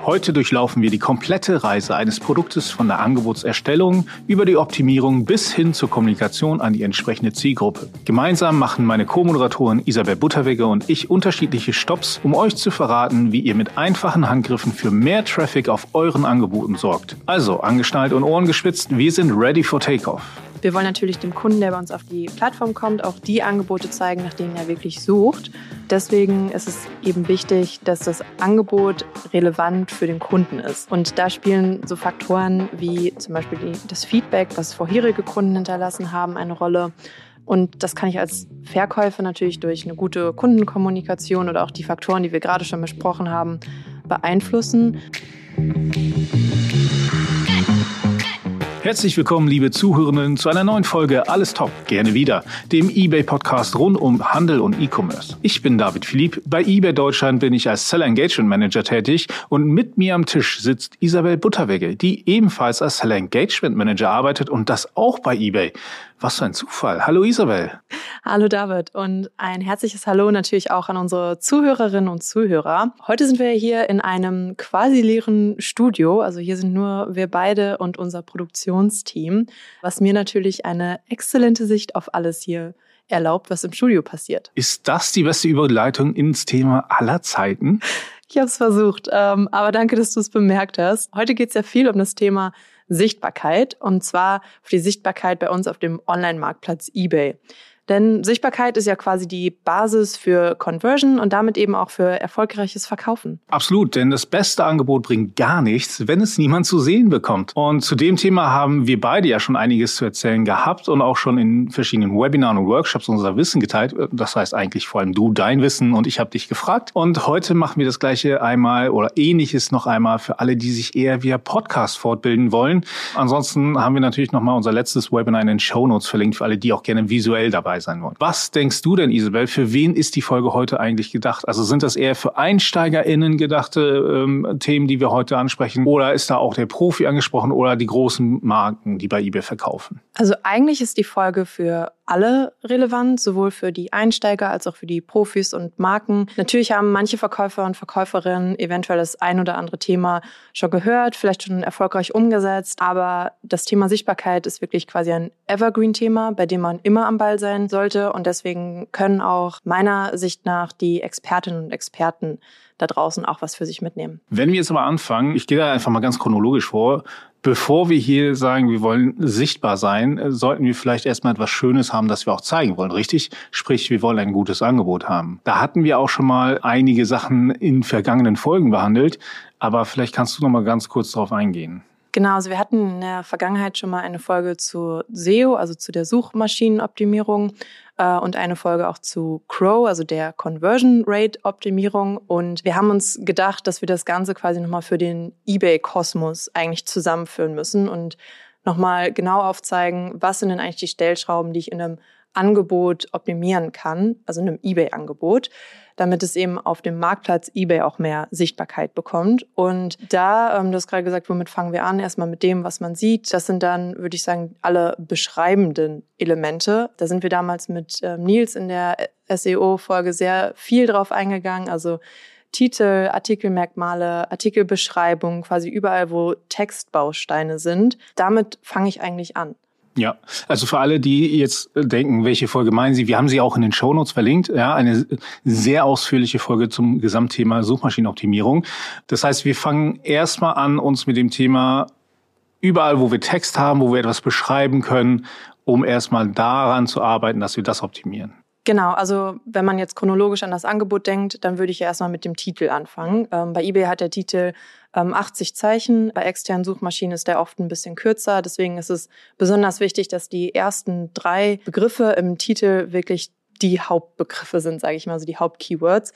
Heute durchlaufen wir die komplette Reise eines Produktes von der Angebotserstellung über die Optimierung bis hin zur Kommunikation an die entsprechende Zielgruppe. Gemeinsam machen meine Co-Moderatorin Isabel Butterwegge und ich unterschiedliche Stopps, um euch zu verraten, wie ihr mit einfachen Handgriffen für mehr Traffic auf euren Angeboten sorgt. Also angeschnallt und Ohren gespitzt, wir sind ready for Takeoff. Wir wollen natürlich dem Kunden, der bei uns auf die Plattform kommt, auch die Angebote zeigen, nach denen er wirklich sucht. Deswegen ist es eben wichtig, dass das Angebot relevant für den Kunden ist. Und da spielen so Faktoren wie zum Beispiel das Feedback, was vorherige Kunden hinterlassen haben, eine Rolle. Und das kann ich als Verkäufer natürlich durch eine gute Kundenkommunikation oder auch die Faktoren, die wir gerade schon besprochen haben, beeinflussen. Herzlich willkommen, liebe Zuhörenden, zu einer neuen Folge Alles Top, gerne wieder, dem eBay-Podcast rund um Handel und E-Commerce. Ich bin David Philipp, bei eBay Deutschland bin ich als Seller Engagement Manager tätig und mit mir am Tisch sitzt Isabel Butterwegge, die ebenfalls als Seller Engagement Manager arbeitet und das auch bei eBay. Was für ein Zufall. Hallo Isabel. Hallo David und ein herzliches Hallo natürlich auch an unsere Zuhörerinnen und Zuhörer. Heute sind wir hier in einem quasi leeren Studio, also hier sind nur wir beide und unser Produktionsteam, was mir natürlich eine exzellente Sicht auf alles hier erlaubt, was im Studio passiert. Ist das die beste Überleitung ins Thema aller Zeiten? Ich habe es versucht, aber danke, dass du es bemerkt hast. Heute geht es ja viel um das Thema Sichtbarkeit und zwar auf die Sichtbarkeit bei uns auf dem Online-Marktplatz eBay. Denn Sichtbarkeit ist ja quasi die Basis für Conversion und damit eben auch für erfolgreiches Verkaufen. Absolut, denn das beste Angebot bringt gar nichts, wenn es niemand zu sehen bekommt. Und zu dem Thema haben wir beide ja schon einiges zu erzählen gehabt und auch schon in verschiedenen Webinaren und Workshops unser Wissen geteilt. Das heißt eigentlich vor allem du dein Wissen und ich habe dich gefragt. Und heute machen wir das Gleiche einmal oder Ähnliches noch einmal für alle, die sich eher via Podcast fortbilden wollen. Ansonsten haben wir natürlich nochmal unser letztes Webinar in den Shownotes verlinkt für alle, die auch gerne visuell dabei sein wollen. Was denkst du denn, Isabel, für wen ist die Folge heute eigentlich gedacht? Also sind das eher für EinsteigerInnen gedachte Themen, die wir heute ansprechen? Oder ist da auch der Profi angesprochen oder die großen Marken, die bei eBay verkaufen? Also eigentlich ist die Folge für alle relevant, sowohl für die Einsteiger als auch für die Profis und Marken. Natürlich haben manche Verkäufer und Verkäuferinnen eventuell das ein oder andere Thema schon gehört, vielleicht schon erfolgreich umgesetzt, aber das Thema Sichtbarkeit ist wirklich quasi ein Evergreen-Thema, bei dem man immer am Ball sein sollte und deswegen können auch meiner Sicht nach die Expertinnen und Experten da draußen auch was für sich mitnehmen. Wenn wir jetzt aber anfangen, ich gehe da einfach mal ganz chronologisch vor, bevor wir hier sagen, wir wollen sichtbar sein, sollten wir vielleicht erstmal etwas Schönes haben, das wir auch zeigen wollen, richtig? Sprich, wir wollen ein gutes Angebot haben. Da hatten wir auch schon mal einige Sachen in vergangenen Folgen behandelt, aber vielleicht kannst du noch mal ganz kurz darauf eingehen. Genau, also wir hatten in der Vergangenheit schon mal eine Folge zu SEO, also zu der Suchmaschinenoptimierung und eine Folge auch zu Crow, also der Conversion Rate Optimierung. Und wir haben uns gedacht, dass wir das Ganze quasi nochmal für den eBay-Kosmos eigentlich zusammenführen müssen und nochmal genau aufzeigen, was sind denn eigentlich die Stellschrauben, die ich in einem Angebot optimieren kann, also in einem eBay-Angebot, damit es eben auf dem Marktplatz eBay auch mehr Sichtbarkeit bekommt. Und da, du hast gerade gesagt, womit fangen wir an? Erstmal mit dem, was man sieht. Das sind dann, würde ich sagen, alle beschreibenden Elemente. Da sind wir damals mit Nils in der SEO-Folge sehr viel drauf eingegangen. Also Titel, Artikelmerkmale, Artikelbeschreibung, quasi überall, wo Textbausteine sind. Damit fange ich eigentlich an. Ja, also für alle, die jetzt denken, welche Folge meinen Sie, wir haben sie auch in den Shownotes verlinkt, ja, eine sehr ausführliche Folge zum Gesamtthema Suchmaschinenoptimierung. Das heißt, wir fangen erstmal an, uns mit dem Thema überall, wo wir Text haben, wo wir etwas beschreiben können, um erstmal daran zu arbeiten, dass wir das optimieren. Genau, also wenn man jetzt chronologisch an das Angebot denkt, dann würde ich ja erstmal mit dem Titel anfangen. Bei eBay hat der Titel 80 Zeichen, bei externen Suchmaschinen ist der oft ein bisschen kürzer. Deswegen ist es besonders wichtig, dass die ersten 3 Begriffe im Titel wirklich die Hauptbegriffe sind, sage ich mal, also die Hauptkeywords.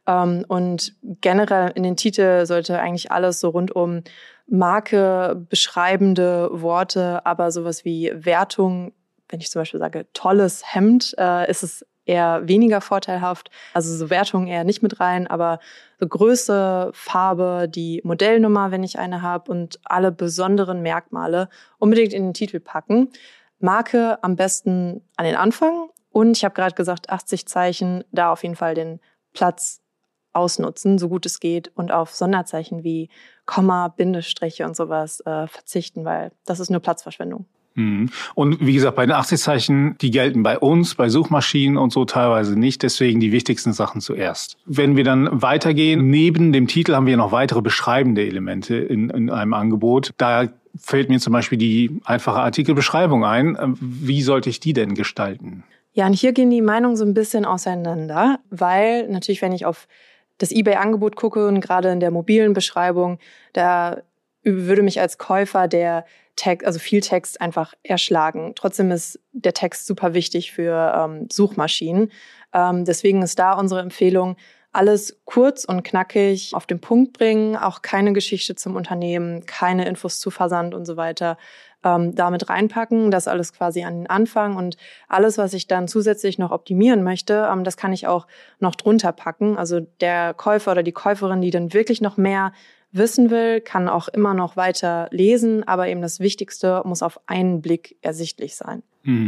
Und generell in den Titel sollte eigentlich alles so rund um Marke, beschreibende Worte, aber sowas wie Wertung, wenn ich zum Beispiel sage tolles Hemd, ist es eher weniger vorteilhaft. Also so Wertungen eher nicht mit rein, aber so Größe, Farbe, die Modellnummer, wenn ich eine habe und alle besonderen Merkmale unbedingt in den Titel packen. Marke am besten an den Anfang und ich habe gerade gesagt 80 Zeichen, da auf jeden Fall den Platz ausnutzen, so gut es geht, und auf Sonderzeichen wie Komma, Bindestriche und sowas verzichten, weil das ist nur Platzverschwendung. Und wie gesagt, bei den 80 Zeichen, die gelten bei uns, bei Suchmaschinen und so teilweise nicht. Deswegen die wichtigsten Sachen zuerst. Wenn wir dann weitergehen, neben dem Titel haben wir noch weitere beschreibende Elemente in einem Angebot. Da fällt mir zum Beispiel die einfache Artikelbeschreibung ein. Wie sollte ich die denn gestalten? Ja, und hier gehen die Meinungen so ein bisschen auseinander, weil natürlich, wenn ich auf das eBay-Angebot gucke und gerade in der mobilen Beschreibung, da würde mich als Käufer der Text, also viel Text, einfach erschlagen. Trotzdem ist der Text super wichtig für Suchmaschinen. Deswegen ist da unsere Empfehlung, alles kurz und knackig auf den Punkt bringen, auch keine Geschichte zum Unternehmen, keine Infos zu Versand und so weiter damit reinpacken, das alles quasi an den Anfang, und alles, was ich dann zusätzlich noch optimieren möchte, das kann ich auch noch drunter packen. Also der Käufer oder die Käuferin, die dann wirklich noch mehr wissen will, kann auch immer noch weiter lesen, aber eben das Wichtigste muss auf einen Blick ersichtlich sein.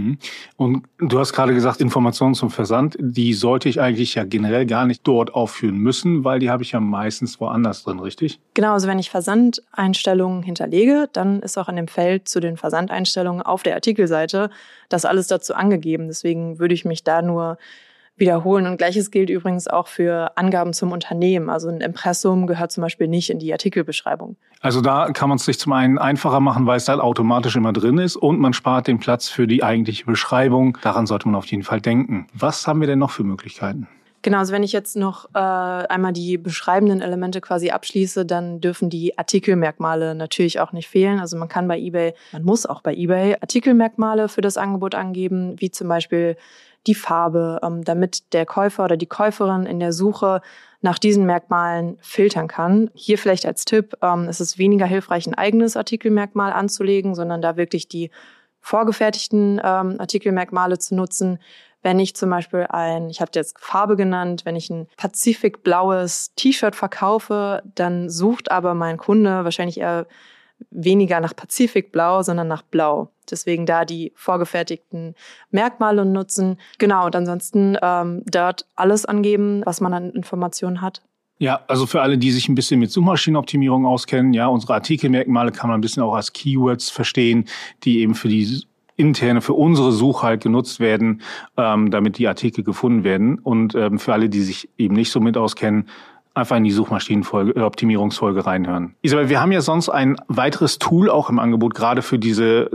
Und du hast gerade gesagt, Informationen zum Versand, die sollte ich eigentlich ja generell gar nicht dort aufführen müssen, weil die habe ich ja meistens woanders drin, richtig? Genau, also wenn ich Versandeinstellungen hinterlege, dann ist auch in dem Feld zu den Versandeinstellungen auf der Artikelseite das alles dazu angegeben. Deswegen würde ich mich da nur wiederholen. Und Gleiches gilt übrigens auch für Angaben zum Unternehmen. Also ein Impressum gehört zum Beispiel nicht in die Artikelbeschreibung. Also da kann man es sich zum einen einfacher machen, weil es dann automatisch immer drin ist, und man spart den Platz für die eigentliche Beschreibung. Daran sollte man auf jeden Fall denken. Was haben wir denn noch für Möglichkeiten? Genau, also wenn ich jetzt noch einmal die beschreibenden Elemente quasi abschließe, dann dürfen die Artikelmerkmale natürlich auch nicht fehlen. Also man muss auch bei eBay Artikelmerkmale für das Angebot angeben, wie zum Beispiel die Farbe, damit der Käufer oder die Käuferin in der Suche nach diesen Merkmalen filtern kann. Hier vielleicht als Tipp, es ist weniger hilfreich, ein eigenes Artikelmerkmal anzulegen, sondern da wirklich die vorgefertigten Artikelmerkmale zu nutzen. Wenn ich zum Beispiel ich habe jetzt Farbe genannt, wenn ich ein pazifikblaues T-Shirt verkaufe, dann sucht aber mein Kunde wahrscheinlich eher weniger nach Pazifikblau, sondern nach Blau. Deswegen da die vorgefertigten Merkmale nutzen. Genau, und ansonsten dort alles angeben, was man an Informationen hat. Ja, also für alle, die sich ein bisschen mit Suchmaschinenoptimierung auskennen, ja, unsere Artikelmerkmale kann man ein bisschen auch als Keywords verstehen, die eben für unsere Suche halt genutzt werden, damit die Artikel gefunden werden. Und für alle, die sich eben nicht so mit auskennen, einfach in die Suchmaschinenoptimierungsfolge reinhören. Isabel, wir haben ja sonst ein weiteres Tool auch im Angebot, gerade für diese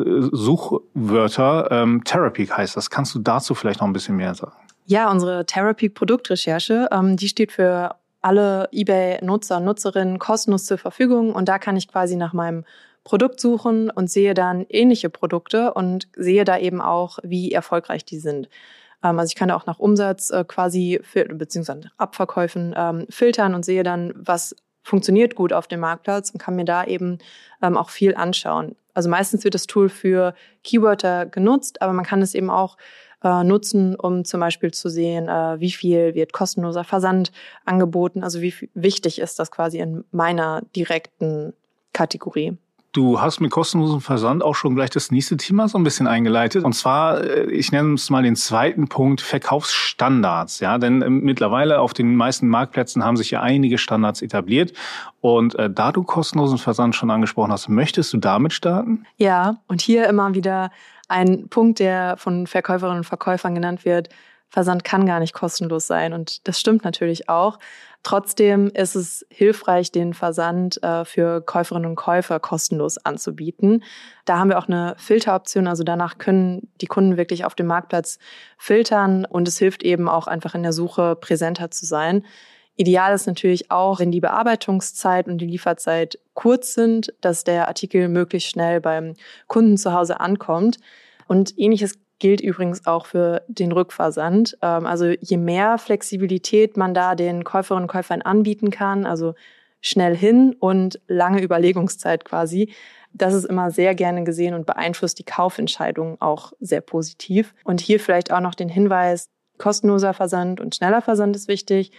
Suchwörter. Terapeak heißt das. Kannst du dazu vielleicht noch ein bisschen mehr sagen? Ja, unsere Terapeak-Produktrecherche, die steht für alle eBay-Nutzer und Nutzerinnen kostenlos zur Verfügung. Und da kann ich quasi nach meinem Produkt suchen und sehe dann ähnliche Produkte und sehe da eben auch, wie erfolgreich die sind. Also ich kann da auch nach Umsatz beziehungsweise Abverkäufen filtern und sehe dann, was funktioniert gut auf dem Marktplatz, und kann mir da eben auch viel anschauen. Also meistens wird das Tool für Keywörter genutzt, aber man kann es eben auch nutzen, um zum Beispiel zu sehen, wie viel wird kostenloser Versand angeboten, also wie wichtig ist das quasi in meiner direkten Kategorie. Du hast mit kostenlosem Versand auch schon gleich das nächste Thema so ein bisschen eingeleitet. Und zwar, ich nenne es mal den zweiten Punkt, Verkaufsstandards. Ja, denn mittlerweile auf den meisten Marktplätzen haben sich ja einige Standards etabliert. Und da du kostenlosen Versand schon angesprochen hast, möchtest du damit starten? Ja, und hier immer wieder ein Punkt, der von Verkäuferinnen und Verkäufern genannt wird: Versand kann gar nicht kostenlos sein. Und das stimmt natürlich auch. Trotzdem ist es hilfreich, den Versand für Käuferinnen und Käufer kostenlos anzubieten. Da haben wir auch eine Filteroption, also danach können die Kunden wirklich auf dem Marktplatz filtern, und es hilft eben auch einfach in der Suche präsenter zu sein. Ideal ist natürlich auch, wenn die Bearbeitungszeit und die Lieferzeit kurz sind, dass der Artikel möglichst schnell beim Kunden zu Hause ankommt. Und Ähnliches gilt übrigens auch für den Rückversand. Also je mehr Flexibilität man da den Käuferinnen und Käufern anbieten kann, also schnell hin und lange Überlegungszeit quasi, das ist immer sehr gerne gesehen und beeinflusst die Kaufentscheidung auch sehr positiv. Und hier vielleicht auch noch den Hinweis: kostenloser Versand und schneller Versand ist wichtig,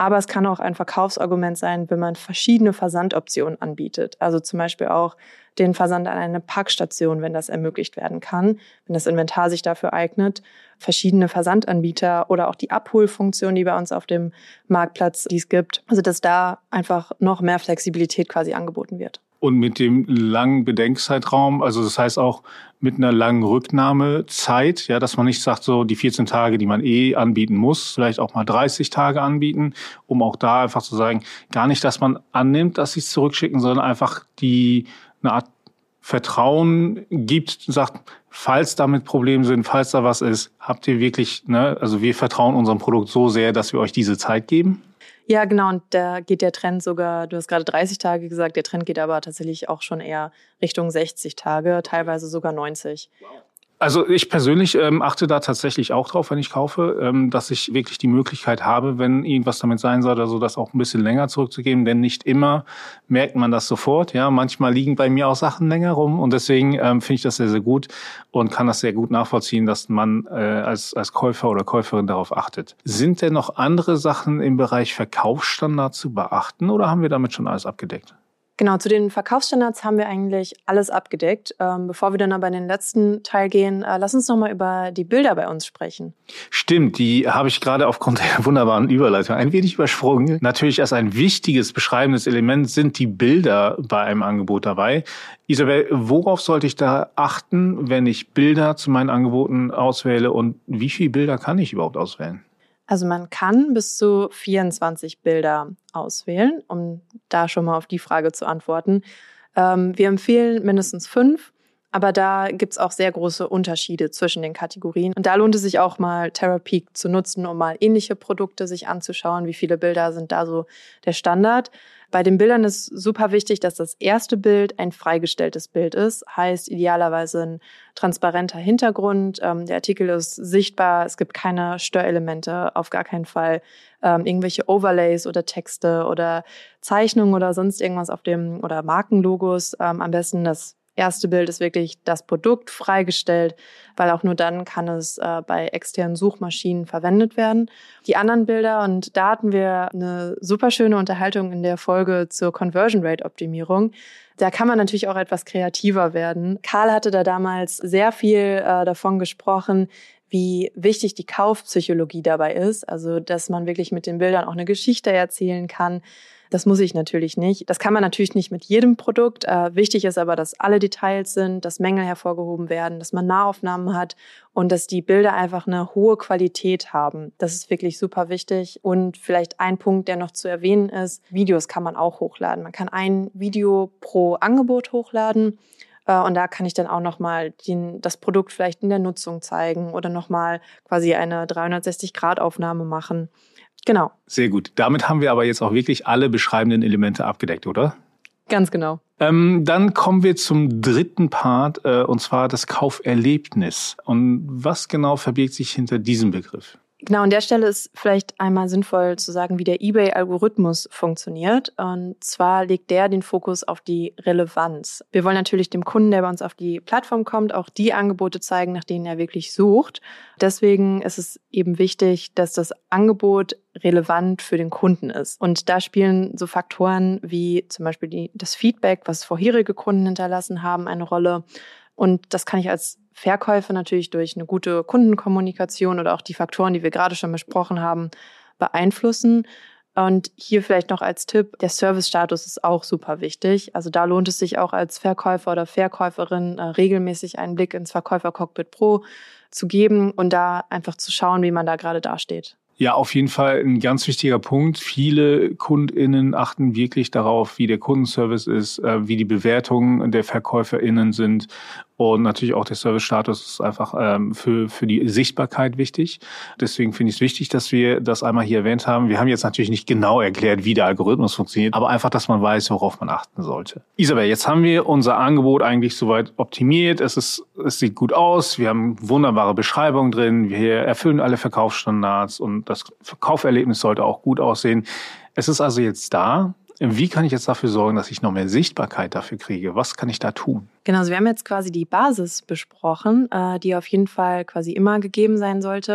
Aber es kann auch ein Verkaufsargument sein, wenn man verschiedene Versandoptionen anbietet. Also zum Beispiel auch den Versand an eine Packstation, wenn das ermöglicht werden kann, wenn das Inventar sich dafür eignet. Verschiedene Versandanbieter oder auch die Abholfunktion, die bei uns auf dem Marktplatz dies gibt. Also dass da einfach noch mehr Flexibilität quasi angeboten wird. Und mit dem langen Bedenkzeitraum, also das heißt auch mit einer langen Rücknahmezeit, ja, dass man nicht sagt, so die 14 Tage, die man anbieten muss, vielleicht auch mal 30 Tage anbieten, um auch da einfach zu sagen, gar nicht, dass man annimmt, dass sie es zurückschicken, sondern einfach eine Art Vertrauen gibt, sagt, falls damit Probleme sind, falls da was ist, habt ihr wirklich, also wir vertrauen unserem Produkt so sehr, dass wir euch diese Zeit geben? Ja, genau. Und da geht der Trend sogar, du hast gerade 30 Tage gesagt, der Trend geht aber tatsächlich auch schon eher Richtung 60 Tage, teilweise sogar 90. Wow. Also ich persönlich achte da tatsächlich auch drauf, wenn ich kaufe, dass ich wirklich die Möglichkeit habe, wenn irgendwas damit sein soll, also das auch ein bisschen länger zurückzugeben. Denn nicht immer merkt man das sofort. Ja, manchmal liegen bei mir auch Sachen länger rum und deswegen finde ich das sehr, sehr gut und kann das sehr gut nachvollziehen, dass man als Käufer oder Käuferin darauf achtet. Sind denn noch andere Sachen im Bereich Verkaufsstandard zu beachten oder haben wir damit schon alles abgedeckt? Genau, zu den Verkaufsstandards haben wir eigentlich alles abgedeckt. Bevor wir dann aber in den letzten Teil gehen, lass uns nochmal über die Bilder bei uns sprechen. Stimmt, die habe ich gerade aufgrund der wunderbaren Überleitung ein wenig übersprungen. Natürlich als ein wichtiges, beschreibendes Element sind die Bilder bei einem Angebot dabei. Isabel, worauf sollte ich da achten, wenn ich Bilder zu meinen Angeboten auswähle und wie viele Bilder kann ich überhaupt auswählen? Also man kann bis zu 24 Bilder auswählen, um da schon mal auf die Frage zu antworten. Wir empfehlen mindestens 5, aber da gibt's auch sehr große Unterschiede zwischen den Kategorien. Und da lohnt es sich auch mal Terapeak zu nutzen, um mal ähnliche Produkte sich anzuschauen. Wie viele Bilder sind da so der Standard? Bei den Bildern ist super wichtig, dass das erste Bild ein freigestelltes Bild ist. Heißt idealerweise ein transparenter Hintergrund. Der Artikel ist sichtbar. Es gibt keine Störelemente, auf gar keinen Fall irgendwelche Overlays oder Texte oder Zeichnungen oder sonst irgendwas oder Markenlogos. Am besten das erste Bild ist wirklich das Produkt freigestellt, weil auch nur dann kann es bei externen Suchmaschinen verwendet werden. Die anderen Bilder, und da hatten wir eine super schöne Unterhaltung in der Folge zur Conversion Rate Optimierung. Da kann man natürlich auch etwas kreativer werden. Karl hatte da damals sehr viel davon gesprochen, wie wichtig die Kaufpsychologie dabei ist. Also, dass man wirklich mit den Bildern auch eine Geschichte erzählen kann. Das muss ich natürlich nicht. Das kann man natürlich nicht mit jedem Produkt. Wichtig ist aber, dass alle Details sind, dass Mängel hervorgehoben werden, dass man Nahaufnahmen hat und dass die Bilder einfach eine hohe Qualität haben. Das ist wirklich super wichtig. Und vielleicht ein Punkt, der noch zu erwähnen ist, Videos kann man auch hochladen. Man kann ein Video pro Angebot hochladen. Und da kann ich dann auch nochmal das Produkt vielleicht in der Nutzung zeigen oder nochmal quasi eine 360-Grad-Aufnahme machen. Genau. Sehr gut. Damit haben wir aber jetzt auch wirklich alle beschreibenden Elemente abgedeckt, oder? Ganz genau. Dann kommen wir zum dritten Part, und zwar das Kauferlebnis. Und was genau verbirgt sich hinter diesem Begriff? Genau, an der Stelle ist vielleicht einmal sinnvoll zu sagen, wie der eBay-Algorithmus funktioniert. Und zwar legt der den Fokus auf die Relevanz. Wir wollen natürlich dem Kunden, der bei uns auf die Plattform kommt, auch die Angebote zeigen, nach denen er wirklich sucht. Deswegen ist es eben wichtig, dass das Angebot relevant für den Kunden ist. Und da spielen so Faktoren wie zum Beispiel das Feedback, was vorherige Kunden hinterlassen haben, eine Rolle. Und das kann ich als Verkäufer natürlich durch eine gute Kundenkommunikation oder auch die Faktoren, die wir gerade schon besprochen haben, beeinflussen. Und hier vielleicht noch als Tipp, der Service-Status ist auch super wichtig. Also da lohnt es sich auch als Verkäufer oder Verkäuferin regelmäßig einen Blick ins Verkäufer-Cockpit Pro zu geben und da einfach zu schauen, wie man da gerade dasteht. Ja, auf jeden Fall ein ganz wichtiger Punkt. Viele KundInnen achten wirklich darauf, wie der Kundenservice ist, wie die Bewertungen der VerkäuferInnen sind. Und natürlich auch der Service-Status ist einfach für die Sichtbarkeit wichtig. Deswegen finde ich es wichtig, dass wir das einmal hier erwähnt haben. Wir haben jetzt natürlich nicht genau erklärt, wie der Algorithmus funktioniert, aber einfach, dass man weiß, worauf man achten sollte. Isabel, jetzt haben wir unser Angebot eigentlich soweit optimiert. Es sieht gut aus. Wir haben wunderbare Beschreibungen drin. Wir erfüllen alle Verkaufsstandards und das Kauferlebnis sollte auch gut aussehen. Es ist also jetzt da. Wie kann ich jetzt dafür sorgen, dass ich noch mehr Sichtbarkeit dafür kriege? Was kann ich da tun? Genau, also wir haben jetzt quasi die Basis besprochen, die auf jeden Fall quasi immer gegeben sein sollte.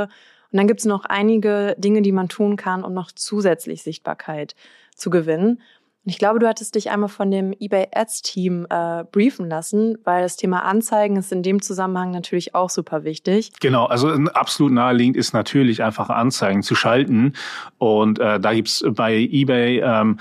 Und dann gibt es noch einige Dinge, die man tun kann, um noch zusätzlich Sichtbarkeit zu gewinnen. Und ich glaube, du hattest dich einmal von dem eBay Ads Team briefen lassen, weil das Thema Anzeigen ist in dem Zusammenhang natürlich auch super wichtig. Genau, also absolut naheliegend ist natürlich einfach Anzeigen zu schalten. Und da gibt's bei eBay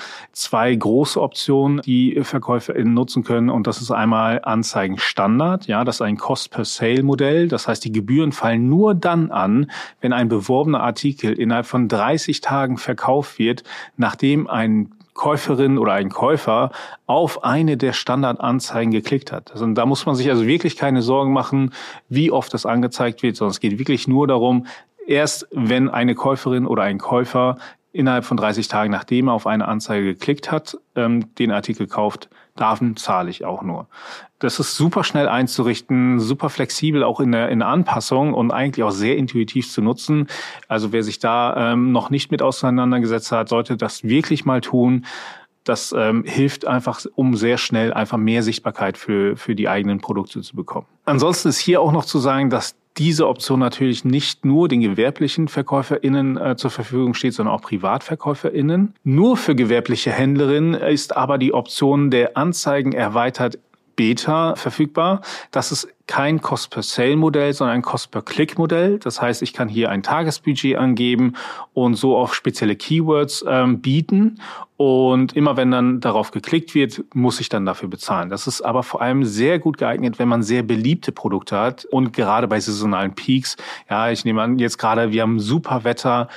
2 große Optionen, die VerkäuferInnen nutzen können. Und das ist einmal Anzeigenstandard, ja, das ist ein Cost-per-Sale-Modell. Das heißt, die Gebühren fallen nur dann an, wenn ein beworbener Artikel innerhalb von 30 Tagen verkauft wird, nachdem ein Käuferin oder ein Käufer auf eine der Standardanzeigen geklickt hat. Also da muss man sich also wirklich keine Sorgen machen, wie oft das angezeigt wird, sondern es geht wirklich nur darum, erst wenn eine Käuferin oder ein Käufer innerhalb von 30 Tagen, nachdem er auf eine Anzeige geklickt hat, den Artikel kauft, davon zahle ich auch nur. Das ist super schnell einzurichten, super flexibel auch in der Anpassung und eigentlich auch sehr intuitiv zu nutzen. Also wer sich da noch nicht mit auseinandergesetzt hat, sollte das wirklich mal tun. Das hilft einfach, um sehr schnell einfach mehr Sichtbarkeit für die eigenen Produkte zu bekommen. Ansonsten ist hier auch noch zu sagen, dass diese Option natürlich nicht nur den gewerblichen VerkäuferInnen zur Verfügung steht, sondern auch PrivatverkäuferInnen. Nur für gewerbliche Händlerinnen ist aber die Option der Anzeigen erweitert Beta verfügbar. Das ist kein Cost-per-Sale-Modell, sondern ein Cost-per-Click-Modell. Das heißt, ich kann hier ein Tagesbudget angeben und so auf spezielle Keywords bieten. Und immer wenn dann darauf geklickt wird, muss ich dann dafür bezahlen. Das ist aber vor allem sehr gut geeignet, wenn man sehr beliebte Produkte hat und gerade bei saisonalen Peaks. Ja, ich nehme an, jetzt gerade, wir haben super Wetter,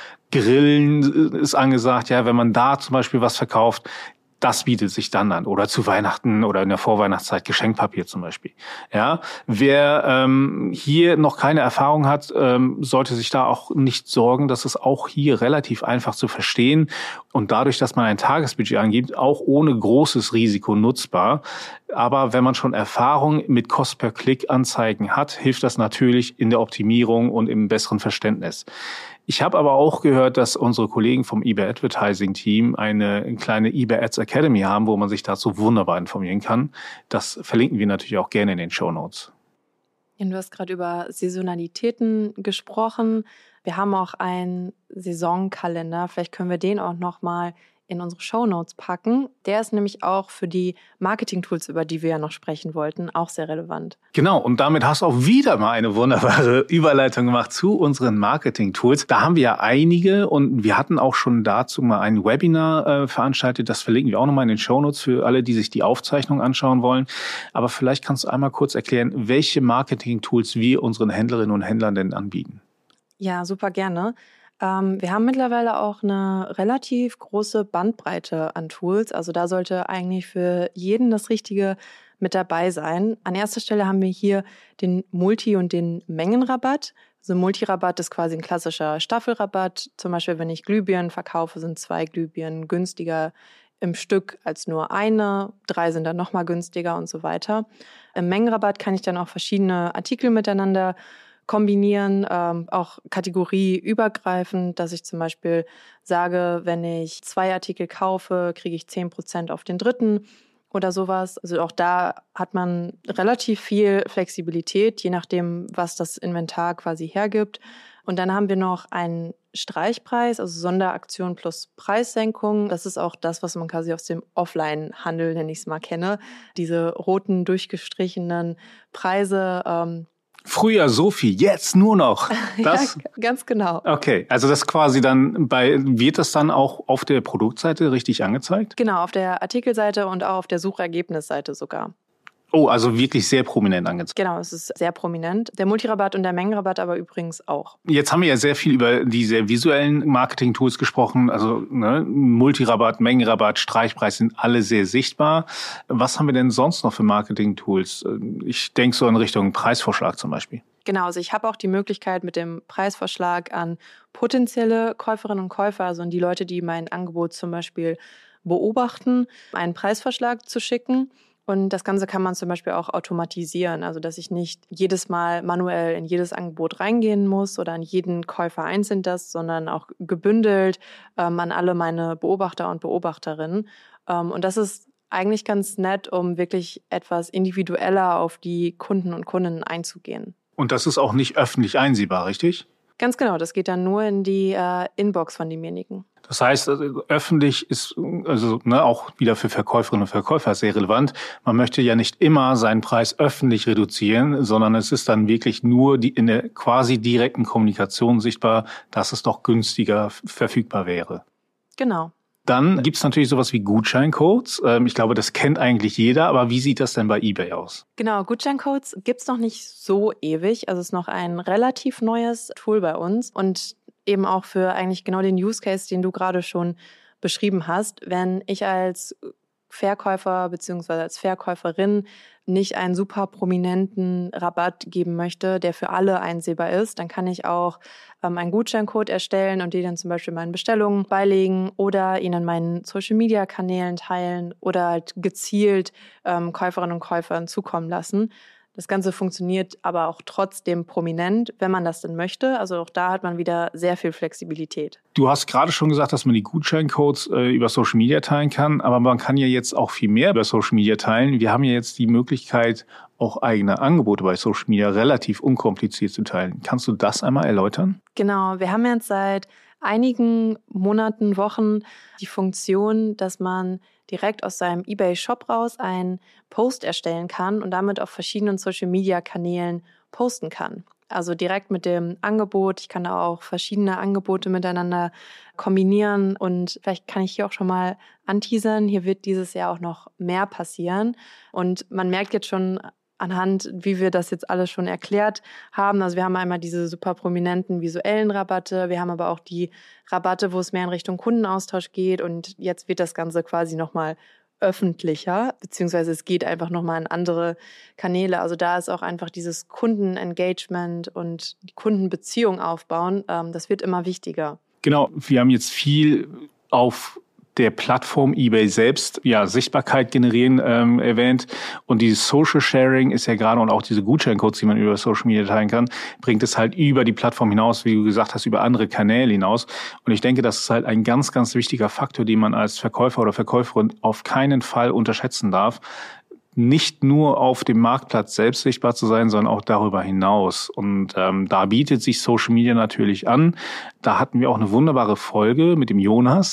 Grillen ist angesagt. Ja, wenn man da zum Beispiel was verkauft, das bietet sich dann an. Oder zu Weihnachten oder in der Vorweihnachtszeit Geschenkpapier zum Beispiel. Ja, wer hier noch keine Erfahrung hat, sollte sich da auch nicht sorgen. Das ist auch hier relativ einfach zu verstehen und dadurch, dass man ein Tagesbudget angibt, auch ohne großes Risiko nutzbar. Aber wenn man schon Erfahrung mit Cost-per-Click-Anzeigen hat, hilft das natürlich in der Optimierung und im besseren Verständnis. Ich habe aber auch gehört, dass unsere Kollegen vom eBay Advertising Team eine kleine eBay Ads Academy haben, wo man sich dazu wunderbar informieren kann. Das verlinken wir natürlich auch gerne in den Shownotes. Ja, du hast gerade über Saisonalitäten gesprochen. Wir haben auch einen Saisonkalender. Vielleicht können wir den auch noch mal in unsere Shownotes packen. Der ist nämlich auch für die Marketing-Tools, über die wir ja noch sprechen wollten, auch sehr relevant. Genau, und damit hast du auch wieder mal eine wunderbare Überleitung gemacht zu unseren Marketing-Tools. Da haben wir ja einige und wir hatten auch schon dazu mal ein Webinar veranstaltet. Das verlinken wir auch nochmal in den Shownotes für alle, die sich die Aufzeichnung anschauen wollen. Aber vielleicht kannst du einmal kurz erklären, welche Marketing-Tools wir unseren Händlerinnen und Händlern denn anbieten. Ja, super gerne. Wir haben mittlerweile auch eine relativ große Bandbreite an Tools. Also da sollte eigentlich für jeden das Richtige mit dabei sein. An erster Stelle haben wir hier den Multi- und den Mengenrabatt. Also Multirabatt ist quasi ein klassischer Staffelrabatt. Zum Beispiel, wenn ich Glühbirnen verkaufe, sind 2 Glühbirnen günstiger im Stück als nur eine. 3 sind dann nochmal günstiger und so weiter. Im Mengenrabatt kann ich dann auch verschiedene Artikel miteinander kombinieren, auch kategorieübergreifend, dass ich zum Beispiel sage, wenn ich 2 Artikel kaufe, kriege ich 10% auf den dritten oder sowas. Also auch da hat man relativ viel Flexibilität, je nachdem, was das Inventar quasi hergibt. Und dann haben wir noch einen Streichpreis, also Sonderaktion plus Preissenkung. Das ist auch das, was man quasi aus dem Offline-Handel, nenne ich es mal, kenne. Diese roten, durchgestrichenen Preise, Früher so viel, jetzt nur noch. Das? Ja, ganz genau. Okay, also das quasi dann wird das dann auch auf der Produktseite richtig angezeigt? Genau, auf der Artikelseite und auch auf der Suchergebnisseite sogar. Oh, also wirklich sehr prominent angezeigt. Genau, es ist sehr prominent. Der Multirabatt und der Mengenrabatt aber übrigens auch. Jetzt haben wir ja sehr viel über die sehr visuellen Marketing-Tools gesprochen. Also Multirabatt, Mengenrabatt, Streichpreis sind alle sehr sichtbar. Was haben wir denn sonst noch für Marketing-Tools? Ich denke so in Richtung Preisvorschlag zum Beispiel. Genau, also ich habe auch die Möglichkeit mit dem Preisvorschlag an potenzielle Käuferinnen und Käufer, also an die Leute, die mein Angebot zum Beispiel beobachten, einen Preisvorschlag zu schicken. Und das Ganze kann man zum Beispiel auch automatisieren, also dass ich nicht jedes Mal manuell in jedes Angebot reingehen muss oder an jeden Käufer einzeln das, sondern auch gebündelt an alle meine Beobachter und Beobachterinnen. Und das ist eigentlich ganz nett, um wirklich etwas individueller auf die Kunden und Kundinnen einzugehen. Und das ist auch nicht öffentlich einsehbar, richtig? Ganz genau, das geht dann nur in die Inbox von demjenigen. Das heißt, öffentlich ist auch wieder für Verkäuferinnen und Verkäufer sehr relevant. Man möchte ja nicht immer seinen Preis öffentlich reduzieren, sondern es ist dann wirklich nur in der quasi direkten Kommunikation sichtbar, dass es doch günstiger verfügbar wäre. Genau. Dann gibt's natürlich sowas wie Gutscheincodes. Ich glaube, das kennt eigentlich jeder, aber wie sieht das denn bei eBay aus? Genau, Gutscheincodes gibt's noch nicht so ewig. Also es ist noch ein relativ neues Tool bei uns und eben auch für eigentlich genau den Use Case, den du gerade schon beschrieben hast. Wenn ich als Verkäufer bzw. als Verkäuferin nicht einen super prominenten Rabatt geben möchte, der für alle einsehbar ist, dann kann ich auch einen Gutscheincode erstellen und die dann zum Beispiel meinen Bestellungen beilegen oder ihn in meinen Social-Media-Kanälen teilen oder halt gezielt Käuferinnen und Käufern zukommen lassen. Das Ganze funktioniert aber auch trotzdem prominent, wenn man das denn möchte. Also auch da hat man wieder sehr viel Flexibilität. Du hast gerade schon gesagt, dass man die Gutscheincodes über Social Media teilen kann, aber man kann ja jetzt auch viel mehr über Social Media teilen. Wir haben ja jetzt die Möglichkeit, auch eigene Angebote bei Social Media relativ unkompliziert zu teilen. Kannst du das einmal erläutern? Genau, wir haben jetzt seit einigen Monaten, Wochen die Funktion, dass man direkt aus seinem eBay-Shop raus einen Post erstellen kann und damit auf verschiedenen Social-Media-Kanälen posten kann. Also direkt mit dem Angebot. Ich kann da auch verschiedene Angebote miteinander kombinieren und vielleicht kann ich hier auch schon mal anteasern. Hier wird dieses Jahr auch noch mehr passieren und man merkt jetzt schon anhand, wie wir das jetzt alles schon erklärt haben. Also wir haben einmal diese super prominenten visuellen Rabatte, wir haben aber auch die Rabatte, wo es mehr in Richtung Kundenaustausch geht und jetzt wird das Ganze quasi nochmal öffentlicher, beziehungsweise es geht einfach nochmal in andere Kanäle. Also da ist auch einfach dieses Kundenengagement und die Kundenbeziehung aufbauen, das wird immer wichtiger. Genau, wir haben jetzt viel auf der Plattform eBay selbst Sichtbarkeit generieren erwähnt. Und dieses Social Sharing ist ja gerade und auch diese Gutscheincodes, die man über Social Media teilen kann, bringt es halt über die Plattform hinaus, wie du gesagt hast, über andere Kanäle hinaus. Und ich denke, das ist halt ein ganz, ganz wichtiger Faktor, den man als Verkäufer oder Verkäuferin auf keinen Fall unterschätzen darf. Nicht nur auf dem Marktplatz selbst sichtbar zu sein, sondern auch darüber hinaus. Und da bietet sich Social Media natürlich an. Da hatten wir auch eine wunderbare Folge mit dem Jonas.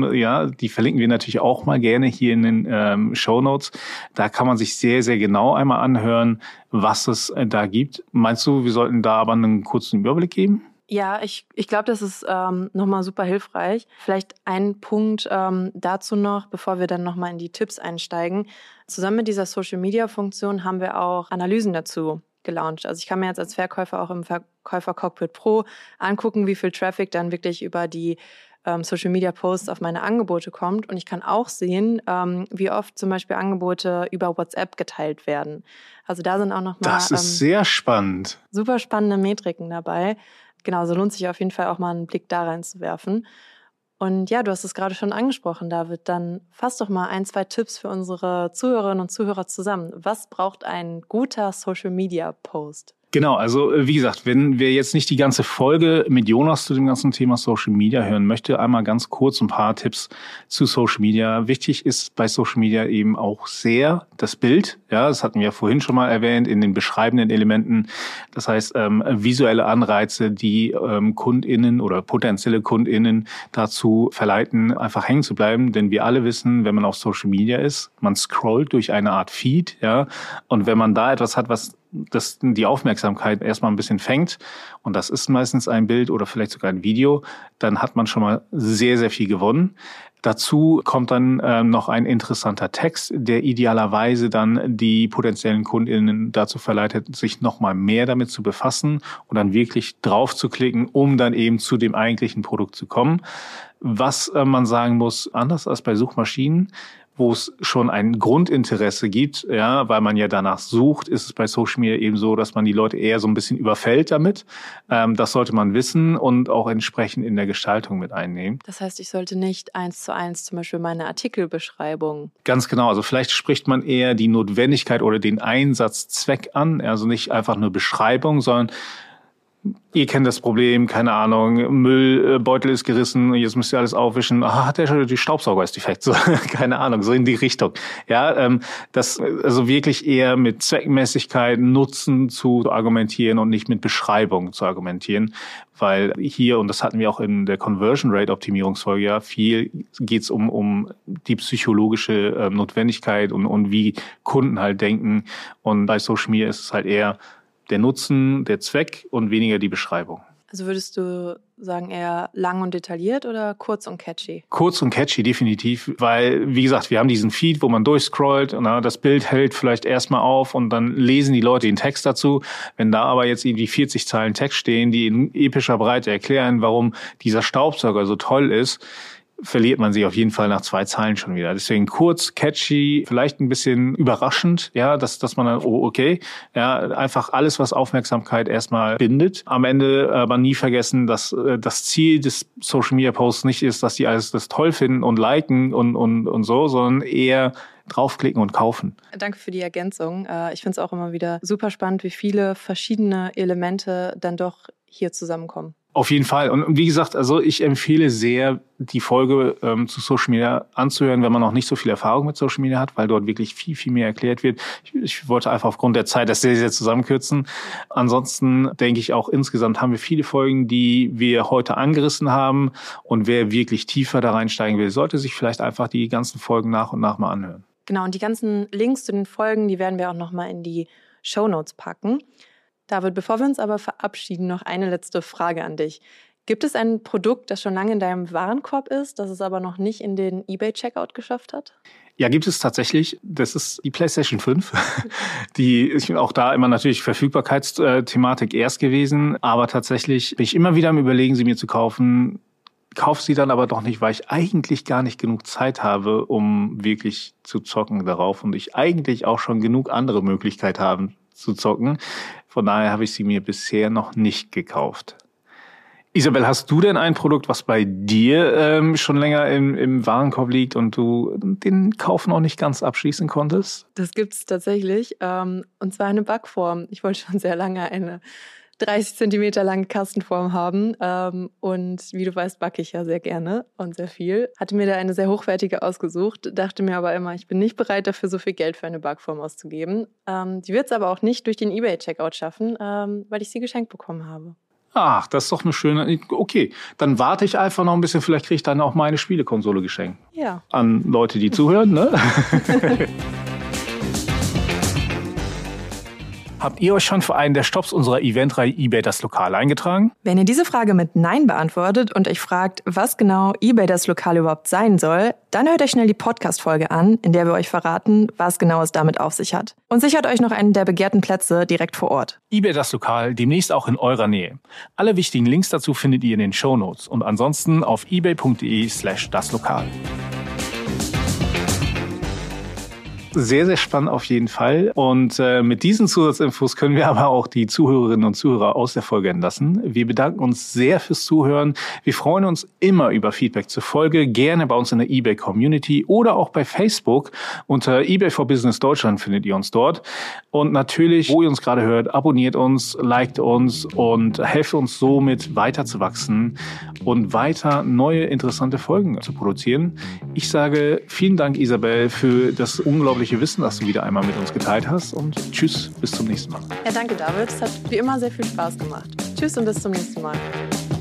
Die verlinken wir natürlich auch mal gerne hier in den Shownotes. Da kann man sich sehr, sehr genau einmal anhören, was es da gibt. Meinst du, wir sollten da aber einen kurzen Überblick geben? Ja, ich glaube, das ist nochmal super hilfreich. Vielleicht ein Punkt dazu noch, bevor wir dann nochmal in die Tipps einsteigen. Zusammen mit dieser Social-Media-Funktion haben wir auch Analysen dazu gelauncht. Also ich kann mir jetzt als Verkäufer auch im Verkäufer Cockpit Pro angucken, wie viel Traffic dann wirklich über die Social-Media-Posts auf meine Angebote kommt. Und ich kann auch sehen, wie oft zum Beispiel Angebote über WhatsApp geteilt werden. Also da sind auch nochmal das ist sehr spannend. Super spannende Metriken dabei. Genau, so lohnt sich auf jeden Fall auch mal einen Blick da reinzuwerfen. Und ja, du hast es gerade schon angesprochen, David. Dann fass doch mal 1, 2 Tipps für unsere Zuhörerinnen und Zuhörer zusammen. Was braucht ein guter Social-Media-Post? Genau, also wie gesagt, wenn wir jetzt nicht die ganze Folge mit Jonas zu dem ganzen Thema Social Media hören möchte, einmal ganz kurz ein paar Tipps zu Social Media. Wichtig ist bei Social Media eben auch sehr das Bild. Ja, das hatten wir vorhin schon mal erwähnt in den beschreibenden Elementen. Das heißt, visuelle Anreize, die KundInnen oder potenzielle KundInnen dazu verleiten, einfach hängen zu bleiben. Denn wir alle wissen, wenn man auf Social Media ist, man scrollt durch eine Art Feed, ja, und wenn man da etwas hat, was das die Aufmerksamkeit erstmal ein bisschen fängt, und das ist meistens ein Bild oder vielleicht sogar ein Video, dann hat man schon mal sehr, sehr viel gewonnen. Dazu kommt dann noch ein interessanter Text, der idealerweise dann die potenziellen KundInnen dazu verleitet, sich noch mal mehr damit zu befassen und dann wirklich drauf zu klicken, um dann eben zu dem eigentlichen Produkt zu kommen. Was man sagen muss, anders als bei Suchmaschinen, wo es schon ein Grundinteresse gibt, ja, weil man ja danach sucht, ist es bei Social Media eben so, dass man die Leute eher so ein bisschen überfällt damit. Das sollte man wissen und auch entsprechend in der Gestaltung mit einnehmen. Das heißt, ich sollte nicht 1:1 zum Beispiel meine Artikelbeschreibung. Ganz genau. Also vielleicht spricht man eher die Notwendigkeit oder den Einsatzzweck an. Also nicht einfach nur Beschreibung, sondern Ihr kennt das Problem, keine Ahnung, Müllbeutel ist gerissen, jetzt müsst ihr alles aufwischen. Hat der schon, die Staubsauger ist defekt, so, keine Ahnung, so in die Richtung. Ja, das also wirklich eher mit Zweckmäßigkeit, Nutzen zu argumentieren und nicht mit Beschreibung zu argumentieren, weil hier, und das hatten wir auch in der Conversion Rate Optimierungsfolge, ja, viel geht's um die psychologische Notwendigkeit und wie Kunden halt denken. Und bei Social Media ist es halt eher der Nutzen, der Zweck und weniger die Beschreibung. Also würdest du sagen, eher lang und detailliert oder kurz und catchy? Kurz und catchy, definitiv, weil, wie gesagt, wir haben diesen Feed, wo man durchscrollt, und das Bild hält vielleicht erstmal auf und dann lesen die Leute den Text dazu. Wenn da aber jetzt irgendwie 40 Zeilen Text stehen, die in epischer Breite erklären, warum dieser Staubsauger so toll ist, verliert man sich auf jeden Fall nach 2 Zeilen schon wieder. Deswegen kurz, catchy, vielleicht ein bisschen überraschend, ja, dass man dann, oh, okay, ja, einfach alles, was Aufmerksamkeit erstmal bindet. Am Ende aber nie vergessen, dass das Ziel des Social Media Posts nicht ist, dass die alles das toll finden und liken und so, sondern eher draufklicken und kaufen. Danke für die Ergänzung. Ich finde es auch immer wieder super spannend, wie viele verschiedene Elemente dann doch hier zusammenkommen. Auf jeden Fall. Und wie gesagt, also ich empfehle sehr, die Folge zu Social Media anzuhören, wenn man noch nicht so viel Erfahrung mit Social Media hat, weil dort wirklich viel, viel mehr erklärt wird. Ich wollte einfach aufgrund der Zeit das sehr, sehr zusammenkürzen. Ansonsten denke ich auch, insgesamt haben wir viele Folgen, die wir heute angerissen haben. Und wer wirklich tiefer da reinsteigen will, sollte sich vielleicht einfach die ganzen Folgen nach und nach mal anhören. Genau, und die ganzen Links zu den Folgen, die werden wir auch nochmal in die Shownotes packen. David, bevor wir uns aber verabschieden, noch eine letzte Frage an dich. Gibt es ein Produkt, das schon lange in deinem Warenkorb ist, das es aber noch nicht in den eBay-Checkout geschafft hat? Ja, gibt es tatsächlich. Das ist die PlayStation 5. Die ist auch da immer natürlich Verfügbarkeitsthematik erst gewesen. Aber tatsächlich bin ich immer wieder am Überlegen, sie mir zu kaufen. Kaufe sie dann aber doch nicht, weil ich eigentlich gar nicht genug Zeit habe, um wirklich zu zocken darauf. Und ich eigentlich auch schon genug andere Möglichkeiten habe zu zocken. Von daher habe ich sie mir bisher noch nicht gekauft. Isabel, hast du denn ein Produkt, was bei dir schon länger im Warenkorb liegt und du den Kauf noch nicht ganz abschließen konntest? Das gibt es tatsächlich. Und zwar eine Backform. Ich wollte schon sehr lange eine 30 Zentimeter lange Kastenform haben. Und wie du weißt, backe ich ja sehr gerne und sehr viel. Hatte mir da eine sehr hochwertige ausgesucht, dachte mir aber immer, ich bin nicht bereit dafür, so viel Geld für eine Backform auszugeben. Die wird es aber auch nicht durch den eBay-Checkout schaffen, weil ich sie geschenkt bekommen habe. Ach, das ist doch eine schöne... Okay, dann warte ich einfach noch ein bisschen. Vielleicht kriege ich dann auch meine Spielekonsole geschenkt. Ja. An Leute, die zuhören, ne? Habt ihr euch schon für einen der Stops unserer Eventreihe eBay das Lokal eingetragen? Wenn ihr diese Frage mit Nein beantwortet und euch fragt, was genau eBay das Lokal überhaupt sein soll, dann hört euch schnell die Podcast-Folge an, in der wir euch verraten, was genau es damit auf sich hat. Und sichert euch noch einen der begehrten Plätze direkt vor Ort. eBay das Lokal, demnächst auch in eurer Nähe. Alle wichtigen Links dazu findet ihr in den Shownotes und ansonsten auf ebay.de/daslokal. Sehr, sehr spannend auf jeden Fall. Und mit diesen Zusatzinfos können wir aber auch die Zuhörerinnen und Zuhörer aus der Folge entlassen. Wir bedanken uns sehr fürs Zuhören. Wir freuen uns immer über Feedback zur Folge. Gerne bei uns in der eBay-Community oder auch bei Facebook. Unter eBay for Business Deutschland findet ihr uns dort. Und natürlich, wo ihr uns gerade hört, abonniert uns, liked uns und helft uns somit weiterzuwachsen und weiter neue interessante Folgen zu produzieren. Ich sage vielen Dank, Isabel, für das unglaubliche Wissen, das du wieder einmal mit uns geteilt hast. Und tschüss, bis zum nächsten Mal. Ja, danke, David. Es hat wie immer sehr viel Spaß gemacht. Tschüss und bis zum nächsten Mal.